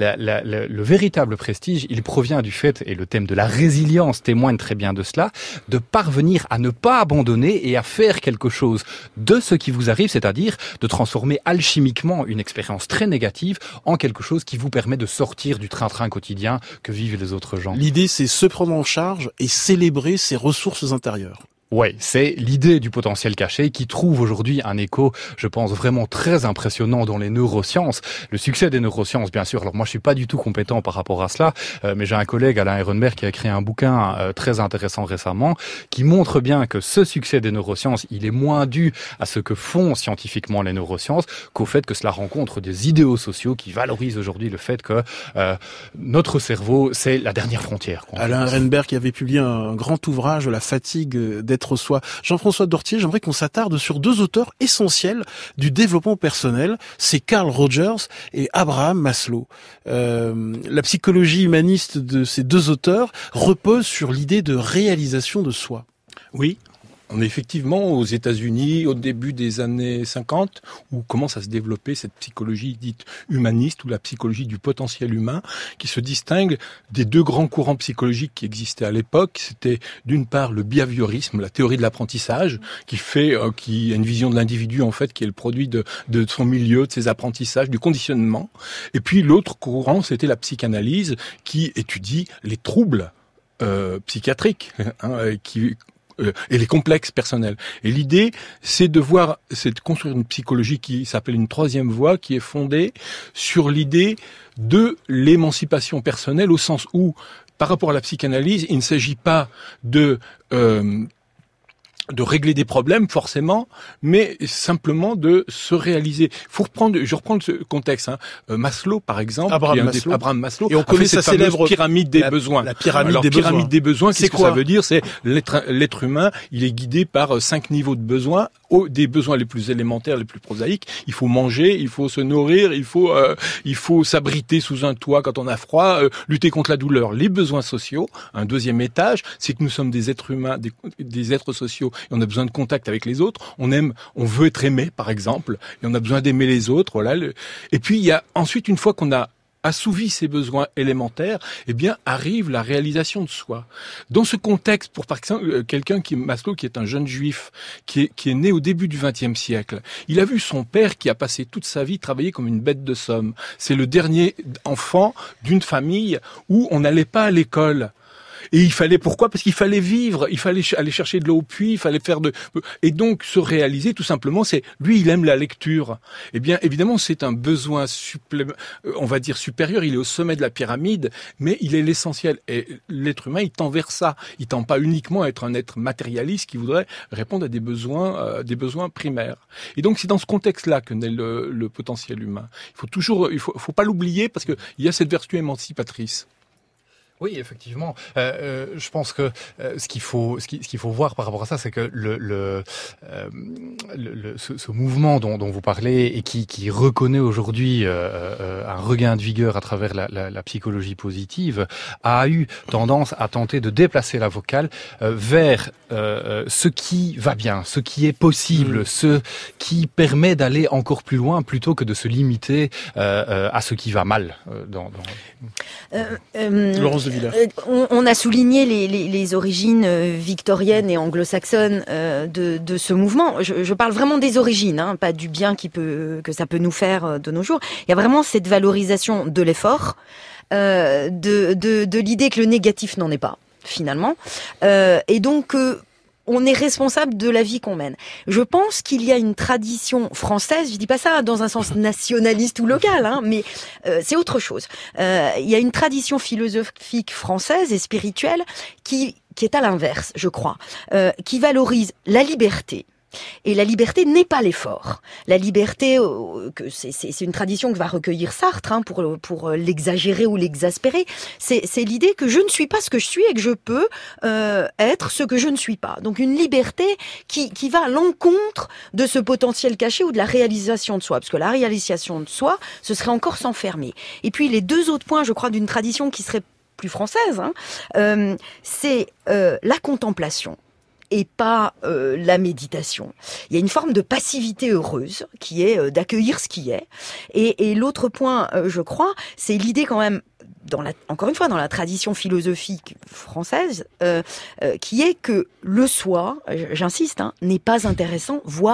Le véritable prestige, il provient du fait, et le thème de la résilience témoigne très bien de cela, de parvenir à ne pas abandonner et à faire quelque chose de ce qui vous arrive, c'est-à-dire de transformer alchimiquement une expérience très négative en quelque chose qui vous permet de sortir du train-train quotidien que vivent les autres gens. L'idée, c'est se prendre en charge et célébrer ses ressources intérieures. Ouais, c'est l'idée du potentiel caché qui trouve aujourd'hui un écho, je pense, vraiment très impressionnant dans les neurosciences. Le succès des neurosciences, bien sûr. Alors moi, je suis pas du tout compétent par rapport à cela, mais j'ai un collègue, Alain Ehrenberg, qui a écrit un bouquin très intéressant récemment, qui montre bien que ce succès des neurosciences, il est moins dû à ce que font scientifiquement les neurosciences qu'au fait que cela rencontre des idéaux sociaux qui valorisent aujourd'hui le fait que notre cerveau, c'est la dernière frontière. Alain Ehrenberg qui avait publié un grand ouvrage, La fatigue d'être soi. Jean-François Dortier, j'aimerais qu'on s'attarde sur 2 auteurs essentiels du développement personnel, c'est Carl Rogers et Abraham Maslow. La psychologie humaniste de ces 2 auteurs repose sur l'idée de réalisation de soi. Oui. On est effectivement aux États-Unis au début des années 50 où commence à se développer cette psychologie dite humaniste ou la psychologie du potentiel humain qui se distingue des 2 grands courants psychologiques qui existaient à l'époque. C'était d'une part le behaviorisme, la théorie de l'apprentissage qui a une vision de l'individu en fait qui est le produit de son milieu, de ses apprentissages, du conditionnement. Et puis l'autre courant c'était la psychanalyse qui étudie les troubles psychiatriques et les complexes personnels. Et l'idée, c'est de construire une psychologie qui s'appelle une 3e voie, qui est fondée sur l'idée de l'émancipation personnelle, au sens où, par rapport à la psychanalyse, il ne s'agit pas de régler des problèmes forcément, mais simplement de se réaliser. Je reprends ce contexte. Maslow, par exemple, Abraham Maslow, et on connaît sa célèbre pyramide des besoins. La pyramide des besoins. Qu'est-ce que ça veut dire? C'est l'être humain. Il est guidé par 5 niveaux de besoins. Des besoins les plus élémentaires, les plus prosaïques. Il faut manger, il faut se nourrir, il faut s'abriter sous un toit quand on a froid, lutter contre la douleur. Les besoins sociaux. Un 2e étage, c'est que nous sommes des êtres humains, des êtres sociaux. Et on a besoin de contact avec les autres. On veut être aimé, par exemple. Et on a besoin d'aimer les autres. Voilà. Et puis, il y a ensuite, une fois qu'on a assouvi ces besoins élémentaires, arrive la réalisation de soi. Dans ce contexte, pour par exemple, Maslow, qui est un jeune juif, qui est né au début du XXe siècle, il a vu son père qui a passé toute sa vie travailler comme une bête de somme. C'est le dernier enfant d'une famille où on n'allait pas à l'école. Et pourquoi? Parce qu'il fallait vivre, il fallait aller chercher de l'eau au puits, il fallait et donc se réaliser tout simplement, lui il aime la lecture. Eh bien, évidemment, c'est un besoin on va dire supérieur, il est au sommet de la pyramide, mais il est l'essentiel. Et l'être humain, il tend vers ça. Il tend pas uniquement à être un être matérialiste qui voudrait répondre à des besoins primaires. Et donc, c'est dans ce contexte-là que naît le potentiel humain. Il faut pas l'oublier parce que il y a cette vertu émancipatrice. Oui, effectivement. Je pense que ce qu'il faut voir par rapport à ça, c'est que ce mouvement dont vous parlez et qui reconnaît aujourd'hui un regain de vigueur à travers la psychologie positive, a eu tendance à tenter de déplacer la vocale vers ce qui va bien, ce qui est possible, ce qui permet d'aller encore plus loin plutôt que de se limiter à ce qui va mal. Laurence de Villers. On a souligné les origines victoriennes et anglo-saxonnes de ce mouvement. Je parle vraiment des origines, pas du bien que ça peut nous faire de nos jours. Il y a vraiment cette valorisation de l'effort, de l'idée que le négatif n'en est pas, finalement. Et donc... on est responsable de la vie qu'on mène. Je pense qu'il y a une tradition française, je dis pas ça dans un sens nationaliste ou local, mais c'est autre chose. Il y a une tradition philosophique française et spirituelle qui est à l'inverse, je crois, qui valorise la liberté. Et la liberté n'est pas l'effort. La liberté, c'est une tradition que va recueillir Sartre, pour l'exagérer ou l'exaspérer. C'est l'idée que je ne suis pas ce que je suis et que je peux être ce que je ne suis pas. Donc une liberté qui va à l'encontre de ce potentiel caché ou de la réalisation de soi. Parce que la réalisation de soi, ce serait encore s'enfermer. Et puis les 2 autres points, je crois, d'une tradition qui serait plus française, c'est la contemplation. Et pas la méditation. Il y a une forme de passivité heureuse qui est d'accueillir ce qui est. Et l'autre point, je crois, c'est l'idée quand même, encore une fois, dans la tradition philosophique française, qui est que le soi, j'insiste, n'est pas intéressant, voire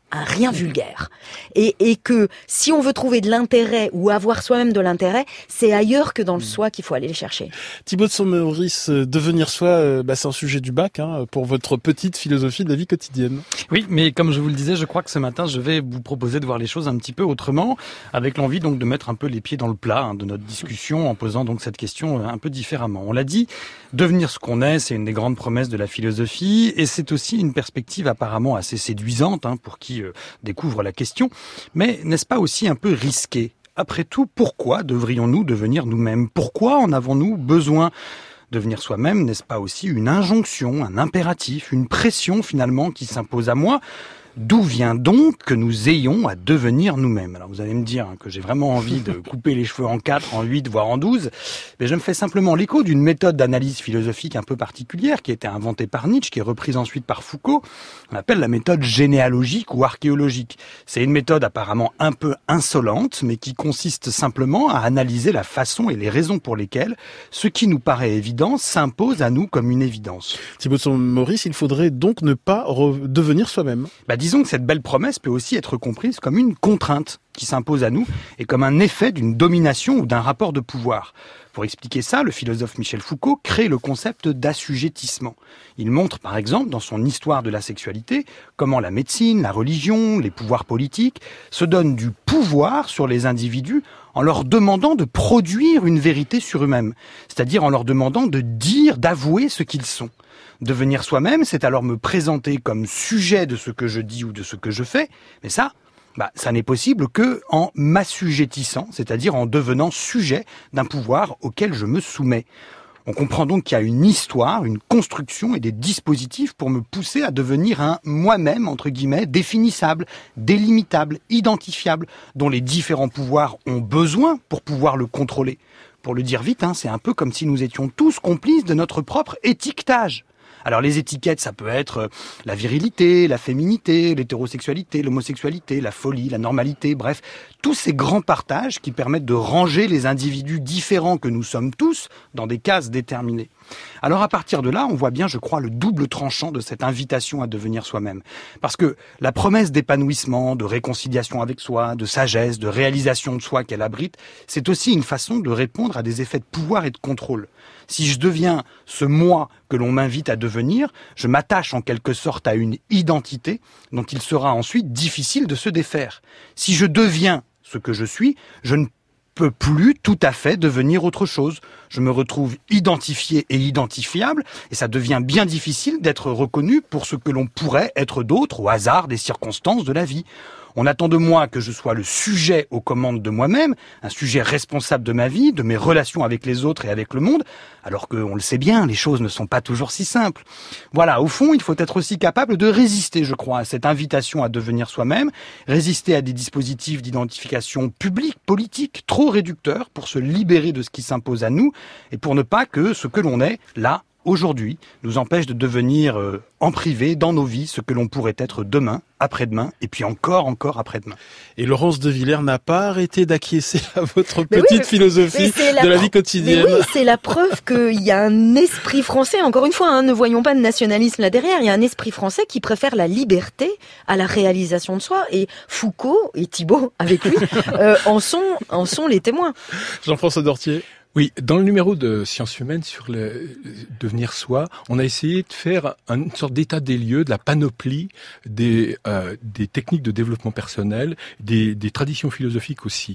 un rien vulgaire. Et que si on veut trouver de l'intérêt ou avoir soi-même de l'intérêt, c'est ailleurs que dans le soi qu'il faut aller les chercher. Thibaut de Saint-Maurice, devenir soi, c'est un sujet du bac, pour votre petite philosophie de la vie quotidienne. Oui, mais comme je vous le disais, je crois que ce matin, je vais vous proposer de voir les choses un petit peu autrement, avec l'envie donc de mettre un peu les pieds dans le plat de notre discussion, en posant donc cette question un peu différemment. On l'a dit, devenir ce qu'on est, c'est une des grandes promesses de la philosophie, et c'est aussi une perspective apparemment assez séduisante pour qui découvre la question, mais n'est-ce pas aussi un peu risqué ? Après tout, pourquoi devrions-nous devenir nous-mêmes ? Pourquoi en avons-nous besoin ? Devenir soi-même, n'est-ce pas aussi une injonction, un impératif, une pression finalement qui s'impose à moi ? D'où vient donc que nous ayons à devenir nous-mêmes ? Alors vous allez me dire que j'ai vraiment envie de couper les cheveux en 4, en 8, voire en 12, mais je me fais simplement l'écho d'une méthode d'analyse philosophique un peu particulière qui a été inventée par Nietzsche, qui est reprise ensuite par Foucault. On appelle la méthode généalogique ou archéologique. C'est une méthode apparemment un peu insolente, mais qui consiste simplement à analyser la façon et les raisons pour lesquelles ce qui nous paraît évident s'impose à nous comme une évidence. Thibaut de Saint-Maurice, il faudrait donc ne pas devenir soi-même. Disons que cette belle promesse peut aussi être comprise comme une contrainte qui s'impose à nous et comme un effet d'une domination ou d'un rapport de pouvoir. Pour expliquer ça, le philosophe Michel Foucault crée le concept d'assujettissement. Il montre par exemple dans son Histoire de la sexualité comment la médecine, la religion, les pouvoirs politiques se donnent du pouvoir sur les individus en leur demandant de produire une vérité sur eux-mêmes, c'est-à-dire en leur demandant de dire, d'avouer ce qu'ils sont. Devenir soi-même, c'est alors me présenter comme sujet de ce que je dis ou de ce que je fais, mais ça n'est possible que en m'assujettissant, c'est-à-dire en devenant sujet d'un pouvoir auquel je me soumets. On comprend donc qu'il y a une histoire, une construction et des dispositifs pour me pousser à devenir un moi-même, entre guillemets, définissable, délimitable, identifiable, dont les différents pouvoirs ont besoin pour pouvoir le contrôler. Pour le dire vite, c'est un peu comme si nous étions tous complices de notre propre étiquetage. Alors les étiquettes, ça peut être la virilité, la féminité, l'hétérosexualité, l'homosexualité, la folie, la normalité, bref, tous ces grands partages qui permettent de ranger les individus différents que nous sommes tous dans des cases déterminées. Alors à partir de là, on voit bien, je crois, le double tranchant de cette invitation à devenir soi-même. Parce que la promesse d'épanouissement, de réconciliation avec soi, de sagesse, de réalisation de soi qu'elle abrite, c'est aussi une façon de répondre à des effets de pouvoir et de contrôle. Si je deviens ce moi que l'on m'invite à devenir, je m'attache en quelque sorte à une identité dont il sera ensuite difficile de se défaire. Si je deviens ce que je suis, je ne peux plus tout à fait devenir autre chose. Je me retrouve identifié et identifiable et ça devient bien difficile d'être reconnu pour ce que l'on pourrait être d'autre au hasard des circonstances de la vie. On attend de moi que je sois le sujet aux commandes de moi-même, un sujet responsable de ma vie, de mes relations avec les autres et avec le monde, alors qu'on le sait bien, les choses ne sont pas toujours si simples. Voilà, au fond, il faut être aussi capable de résister, je crois, à cette invitation à devenir soi-même, résister à des dispositifs d'identification publique, politique, trop réducteurs pour se libérer de ce qui s'impose à nous et pour ne pas que ce que l'on est, là, aujourd'hui, nous empêche de devenir en privé, dans nos vies, ce que l'on pourrait être demain, après-demain, et puis encore après-demain. Et Laurence de Villers n'a pas arrêté d'acquiescer à votre petite philosophie de la vie quotidienne. Mais oui, c'est la preuve qu'il y a un esprit français, encore une fois, ne voyons pas de nationalisme là derrière, il y a un esprit français qui préfère la liberté à la réalisation de soi, et Foucault, et Thibaut avec lui, en sont les témoins. Jean-François Dortier. Oui, dans le numéro de Sciences Humaines sur le devenir soi, on a essayé de faire une sorte d'état des lieux de la panoplie des techniques de développement personnel, des traditions philosophiques aussi.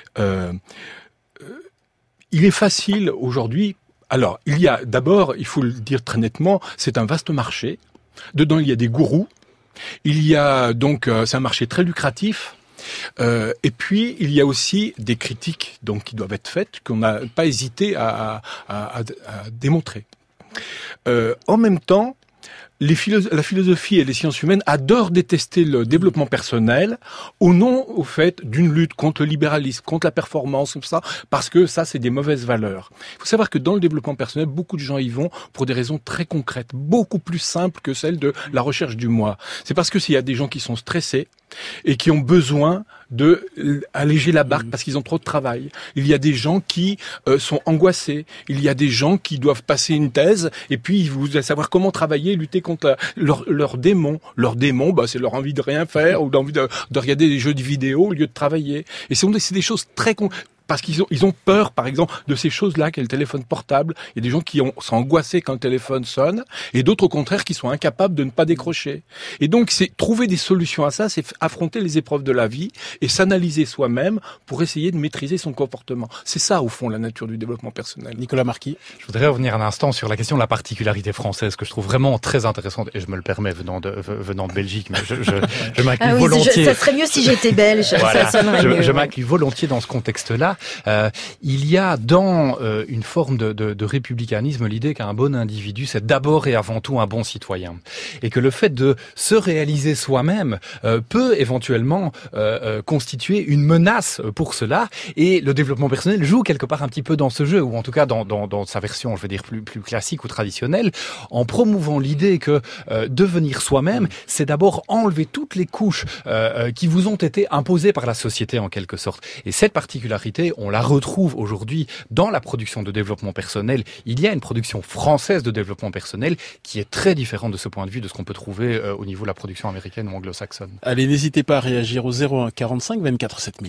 Il est facile aujourd'hui. Alors, il y a d'abord, il faut le dire très nettement, c'est un vaste marché. Dedans, il y a des gourous. Il y a donc, c'est un marché très lucratif. Et puis il y a aussi des critiques donc qui doivent être faites qu'on n'a pas hésité à démontrer. En même temps, la philosophie et les sciences humaines adorent détester le développement personnel au nom, au fait, d'une lutte contre le libéralisme, contre la performance, comme ça, parce que ça, c'est des mauvaises valeurs. Il faut savoir que dans le développement personnel, beaucoup de gens y vont pour des raisons très concrètes, beaucoup plus simples que celles de la recherche du moi. C'est parce que s'il y a des gens qui sont stressés et qui ont besoin de alléger la barque parce qu'ils ont trop de travail. Il y a des gens qui sont angoissés. Il y a des gens qui doivent passer une thèse et puis ils voudraient savoir comment travailler et lutter contre contre leur démon. Leur démon, c'est leur envie de rien faire ou d'envie de regarder des jeux de vidéo au lieu de travailler. Et c'est des choses très parce qu'ils ont peur, par exemple, de ces choses-là, qu'est le téléphone portable. Il y a des gens qui sont angoissés quand le téléphone sonne, et d'autres, au contraire, qui sont incapables de ne pas décrocher. Et donc, c'est trouver des solutions à ça, c'est affronter les épreuves de la vie et s'analyser soi-même pour essayer de maîtriser son comportement. C'est ça, au fond, la nature du développement personnel. Nicolas Marquis. Je voudrais revenir un instant sur la question de la particularité française, que je trouve vraiment très intéressante, et je me le permets venant de Belgique, mais je m'inclus volontiers. Ça serait mieux si j'étais belge. Voilà, ça sonnerait mieux. Je m'inclus volontiers dans ce contexte-là. Il y a dans une forme de républicanisme l'idée qu'un bon individu, c'est d'abord et avant tout un bon citoyen. Et que le fait de se réaliser soi-même peut éventuellement constituer une menace pour cela. Et le développement personnel joue quelque part un petit peu dans ce jeu, ou en tout cas dans sa version, je veux dire, plus classique ou traditionnelle, en promouvant l'idée que devenir soi-même, c'est d'abord enlever toutes les couches qui vous ont été imposées par la société en quelque sorte. Et cette particularité, on la retrouve aujourd'hui dans la production de développement personnel. Il y a une production française de développement personnel qui est très différente de ce point de vue de ce qu'on peut trouver au niveau de la production américaine ou anglo-saxonne. Allez, n'hésitez pas à réagir au 01 45 24 7000.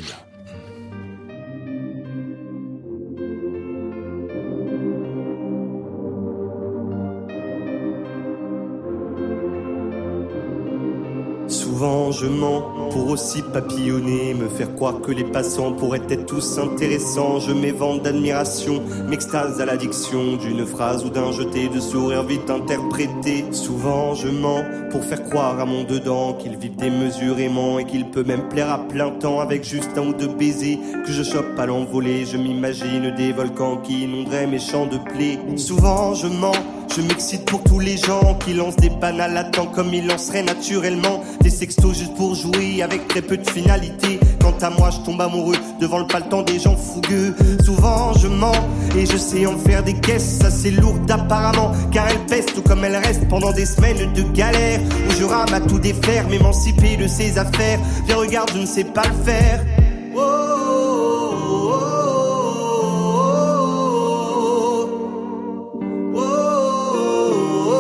Souvent je mens pour aussi papillonner, me faire croire que les passants pourraient être tous intéressants. Je m'évente d'admiration, m'extase à l'addiction d'une phrase ou d'un jeté de sourire vite interprété. Souvent je mens pour faire croire à mon dedans qu'il vit démesurément et qu'il peut même plaire à plein temps avec juste un ou deux baisers que je chope à l'envolée. Je m'imagine des volcans qui inonderaient mes champs de blé. Souvent je mens, je m'excite pour tous les gens qui lancent des banals à temps comme ils lanceraient naturellement des sextos juste pour jouer avec très peu de finalité. Quant à moi, je tombe amoureux devant le paletant des gens fougueux. Souvent je mens et je sais en faire des caisses assez lourdes apparemment, car elles pèsent tout comme elles restent pendant des semaines de galère où je rame à tout défaire, m'émanciper de ses affaires. Viens regarde, je ne sais pas le faire. Oh, oh, oh, oh,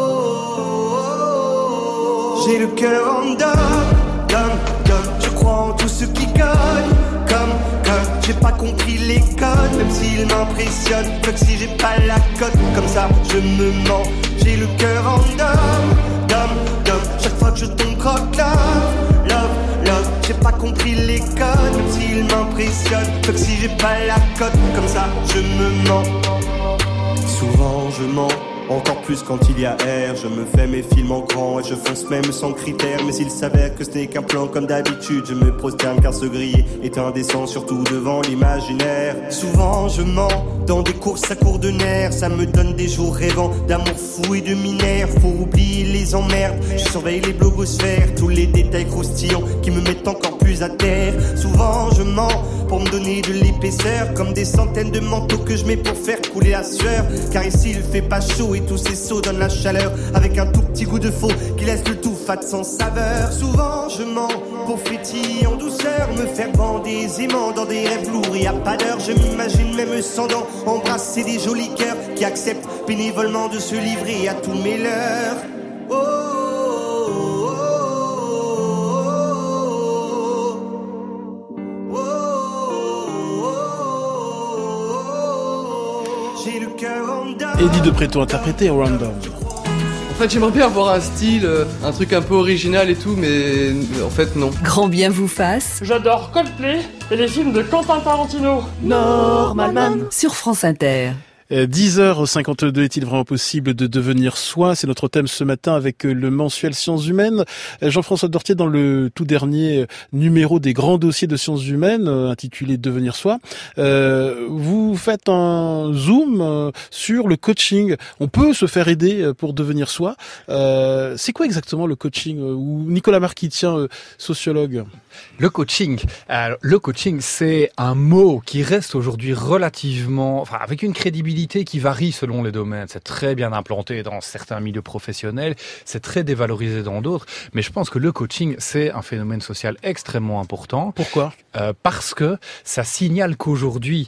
oh. J'ai le cœur en dame, je crois en tout ce qui gagne. Comme j'ai pas compris les codes, même s'ils m'impressionnent. Fuck si j'ai pas la cote, comme ça je me mens. J'ai le cœur en dame, chaque fois que je tombe croque love, j'ai pas compris les codes, même s'ils m'impressionnent. Fuck si j'ai pas la cote, comme ça je me mens. Souvent je mens, encore plus quand il y a air. Je me fais mes films en grand et je fonce même sans critères. Mais il s'avère que ce n'est qu'un plan comme d'habitude, je me prosterne car se griller est indécent, surtout devant l'imaginaire. Souvent je mens, dans des courses à court de nerfs. Ça me donne des jours rêvants d'amour fou et de minère. Faut oublier les emmerdes, je surveille les blogosphères, tous les détails croustillants qui me mettent encore plus à terre. Souvent je mens pour me donner de l'épaisseur, comme des centaines de manteaux que je mets pour faire couler la sueur. Car ici il fait pas chaud et tous ces seaux donnent la chaleur, avec un tout petit goût de faux qui laisse le tout fade sans saveur. Souvent je mens pour frétiller en douceur, me faire bander aisément dans des rêves lourds. Y a pas d'heure, je m'imagine même sans dents embrasser des jolis cœurs qui acceptent bénévolement de se livrer à tous mes leurs. Oh, j'ai le cœur en dame. Eddie de Préto interprété Random. En fait, j'aimerais bien avoir un style, un truc un peu original et tout, mais en fait, non. Grand bien vous fasse. J'adore Coldplay et les films de Quentin Tarantino. Normalement. Sur France Inter. 10h52, est-il vraiment possible de devenir soi? C'est notre thème ce matin avec le mensuel Sciences Humaines. Jean-François Dortier, dans le tout dernier numéro des grands dossiers de sciences humaines, intitulé Devenir soi, vous faites un zoom sur le coaching. On peut se faire aider pour devenir soi. C'est quoi exactement le coaching? Ou Nicolas Marquis, tiens, sociologue. Le coaching, c'est un mot qui reste aujourd'hui relativement, avec une crédibilité habilité qui varie selon les domaines. C'est très bien implanté dans certains milieux professionnels, c'est très dévalorisé dans d'autres, mais je pense que le coaching, c'est un phénomène social extrêmement important. Pourquoi ? Parce que ça signale qu'aujourd'hui,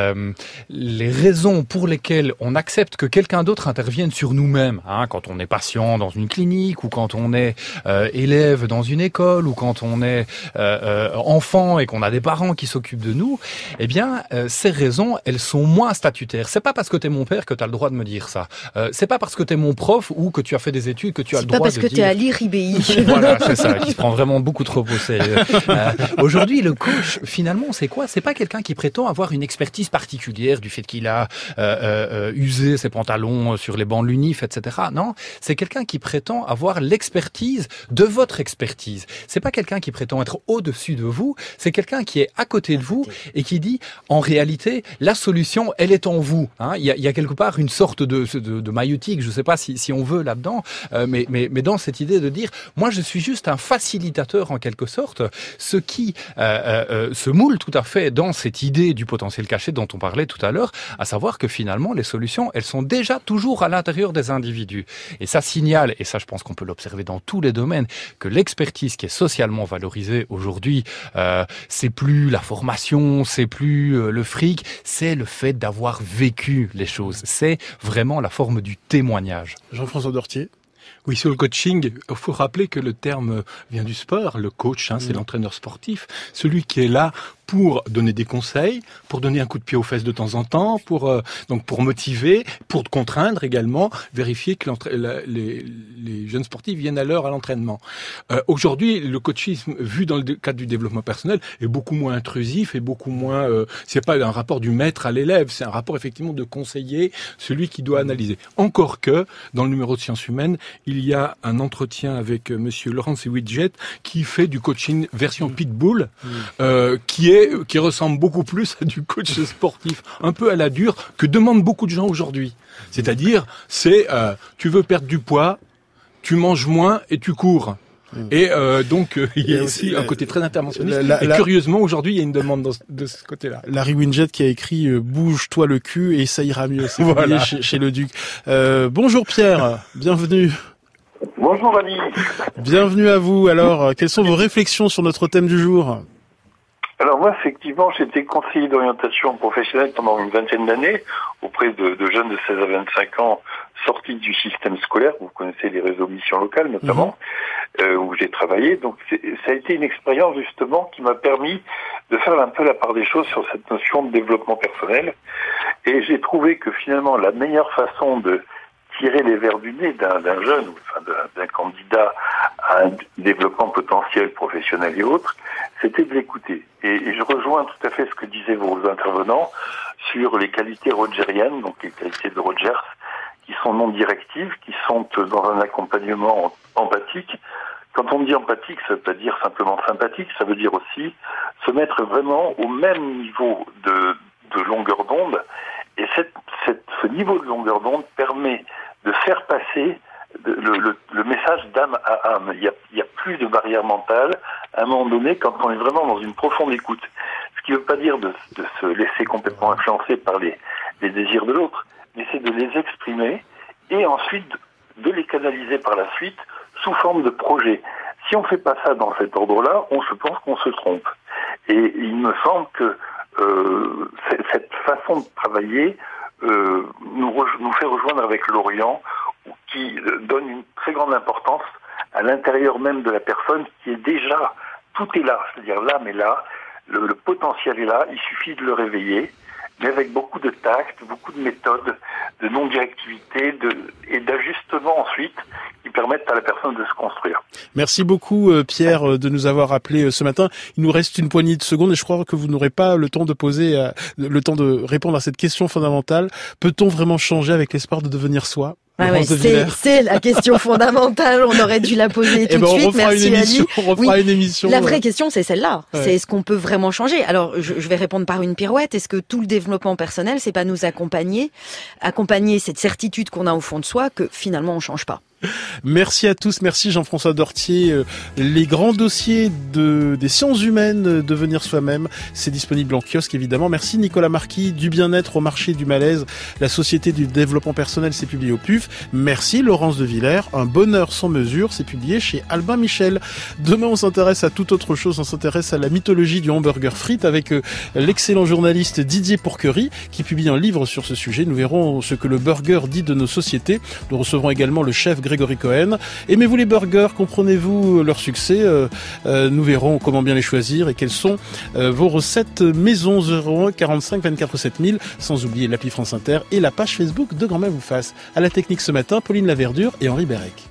les raisons pour lesquelles on accepte que quelqu'un d'autre intervienne sur nous-mêmes, quand on est patient dans une clinique, ou quand on est élève dans une école, ou quand on est enfant et qu'on a des parents qui s'occupent de nous, eh bien, ces raisons, elles sont moins statutaires. C'est pas parce que t'es mon père que t'as le droit de me dire ça. C'est pas parce que t'es mon prof ou que tu as fait des études que tu as le droit de dire... C'est pas parce que t'es à l'IRIBI. Voilà, c'est ça, qui se prend vraiment beaucoup trop au sérieux. Aujourd'hui, le coach, finalement, c'est quoi ? C'est pas quelqu'un qui prétend avoir une expertise particulière du fait qu'il a usé ses pantalons sur les bancs de l'UNIF, etc. Non, c'est quelqu'un qui prétend avoir l'expertise de votre expertise. C'est pas quelqu'un qui prétend être au-dessus de vous, c'est quelqu'un qui est à côté de vous et qui dit, en réalité, la solution, elle est en vous. Il y a quelque part une sorte de maïeutique, je sais pas si on veut là-dedans, mais dans cette idée de dire, moi je suis juste un facilitateur en quelque sorte, ce qui se moule tout à fait dans cette idée du potentiel caché dont on parlait tout à l'heure, à savoir que finalement les solutions, elles sont déjà toujours à l'intérieur des individus. Et ça signale, et ça je pense qu'on peut l'observer dans tous les domaines, que l'expertise qui est socialement valorisée aujourd'hui, c'est plus la formation, c'est plus le fric, c'est le fait d'avoir vécu les choses. C'est vraiment la forme du témoignage. Jean-François Dortier. Oui, sur le coaching, il faut rappeler que le terme vient du sport. Le coach, c'est l'entraîneur sportif, celui qui est là pour donner des conseils, pour donner un coup de pied aux fesses de temps en temps, pour motiver, pour contraindre également, vérifier que les jeunes sportifs viennent à l'heure à l'entraînement. Aujourd'hui, le coachisme, vu dans le cadre du développement personnel, est beaucoup moins intrusif et beaucoup moins... c'est pas un rapport du maître à l'élève, c'est un rapport effectivement de conseiller, celui qui doit analyser. Encore que, dans le numéro de Sciences Humaines, il y a un entretien avec monsieur Laurence Widget qui fait du coaching version pitbull, qui ressemble beaucoup plus à du coach sportif, un peu à la dure, que demandent beaucoup de gens aujourd'hui. C'est-à-dire, tu veux perdre du poids, tu manges moins et tu cours. Et donc, il y a aussi un côté très interventionniste. Et curieusement, aujourd'hui, il y a une demande de ce côté-là. Larry Winget qui a écrit « Bouge-toi le cul et ça ira mieux ». C'est voilà. chez le Duc. Bonjour Pierre, bienvenue. Bonjour Ali. Bienvenue à vous. Alors, quelles sont vos réflexions sur notre thème du jour ? Alors moi, effectivement, j'étais conseiller d'orientation professionnelle pendant une vingtaine d'années auprès de jeunes de 16 à 25 ans sortis du système scolaire. Vous connaissez les réseaux missions locales notamment, où j'ai travaillé. Donc ça a été une expérience justement qui m'a permis de faire un peu la part des choses sur cette notion de développement personnel. Et j'ai trouvé que finalement la meilleure façon de tirer les vers du nez d'un jeune, enfin d'un candidat à un développement potentiel professionnel et autres, c'était de l'écouter. Et je rejoins tout à fait ce que disaient vos intervenants sur les qualités rogeriennes, donc les qualités de Rogers, qui sont non directives, qui sont dans un accompagnement empathique. Quand on dit empathique, ça veut pas dire simplement sympathique, ça veut dire aussi se mettre vraiment au même niveau de longueur d'onde. Et ce niveau de longueur d'onde permet de faire passer le message d'âme à âme. Il y a plus de barrière mentale à un moment donné quand on est vraiment dans une profonde écoute. Ce qui ne veut pas dire de se laisser complètement influencer par les désirs de l'autre, mais c'est de les exprimer et ensuite de les canaliser par la suite sous forme de projet. Si on ne fait pas ça dans cet ordre-là, je pense qu'on se trompe. Et il me semble que cette façon de travailler nous fait rejoindre avec l'Orient, qui donne une très grande importance à l'intérieur même de la personne, qui est déjà, tout est là, c'est-à-dire l'âme est là, le potentiel est là, il suffit de le réveiller, mais avec beaucoup de tact, beaucoup de méthodes, de non-directivité et d'ajustement ensuite, qui permettent à la personne de se construire. Merci beaucoup Pierre de nous avoir appelé ce matin. Il nous reste une poignée de secondes et je crois que vous n'aurez pas le temps de répondre à cette question fondamentale. Peut-on vraiment changer avec l'espoir de devenir soi ? C'est la question fondamentale. On aurait dû la poser tout de suite. Merci Ali. On refera une émission. La vraie question, c'est celle-là. Ouais. C'est est-ce qu'on peut vraiment changer ? Alors, je vais répondre par une pirouette. Est-ce que tout le développement personnel, c'est pas nous accompagner cette certitude qu'on a au fond de soi que finalement on change pas ? Merci à tous, merci Jean-François Dortier. Les grands dossiers des sciences humaines, devenir soi-même, c'est disponible en kiosque évidemment. Merci Nicolas Marquis, du bien-être au marché du malaise, la société du développement personnel, c'est publié au PUF. Merci Laurence de Villers, un bonheur sans mesure, c'est publié chez Albin Michel. Demain on s'intéresse à toute autre chose, on s'intéresse à la mythologie du hamburger frites avec l'excellent journaliste Didier Pourquerie qui publie un livre sur ce sujet. Nous verrons ce que le burger dit de nos sociétés. Nous recevrons également le chef Grégory Cohen. Aimez-vous les burgers? Comprenez-vous leur succès? Nous verrons comment bien les choisir et quelles sont vos recettes maison. 01 45 24 7000, sans oublier l'appli France Inter et la page Facebook de Grand Même vous fasse. À la technique ce matin, Pauline Laverdure et Henri Bérec.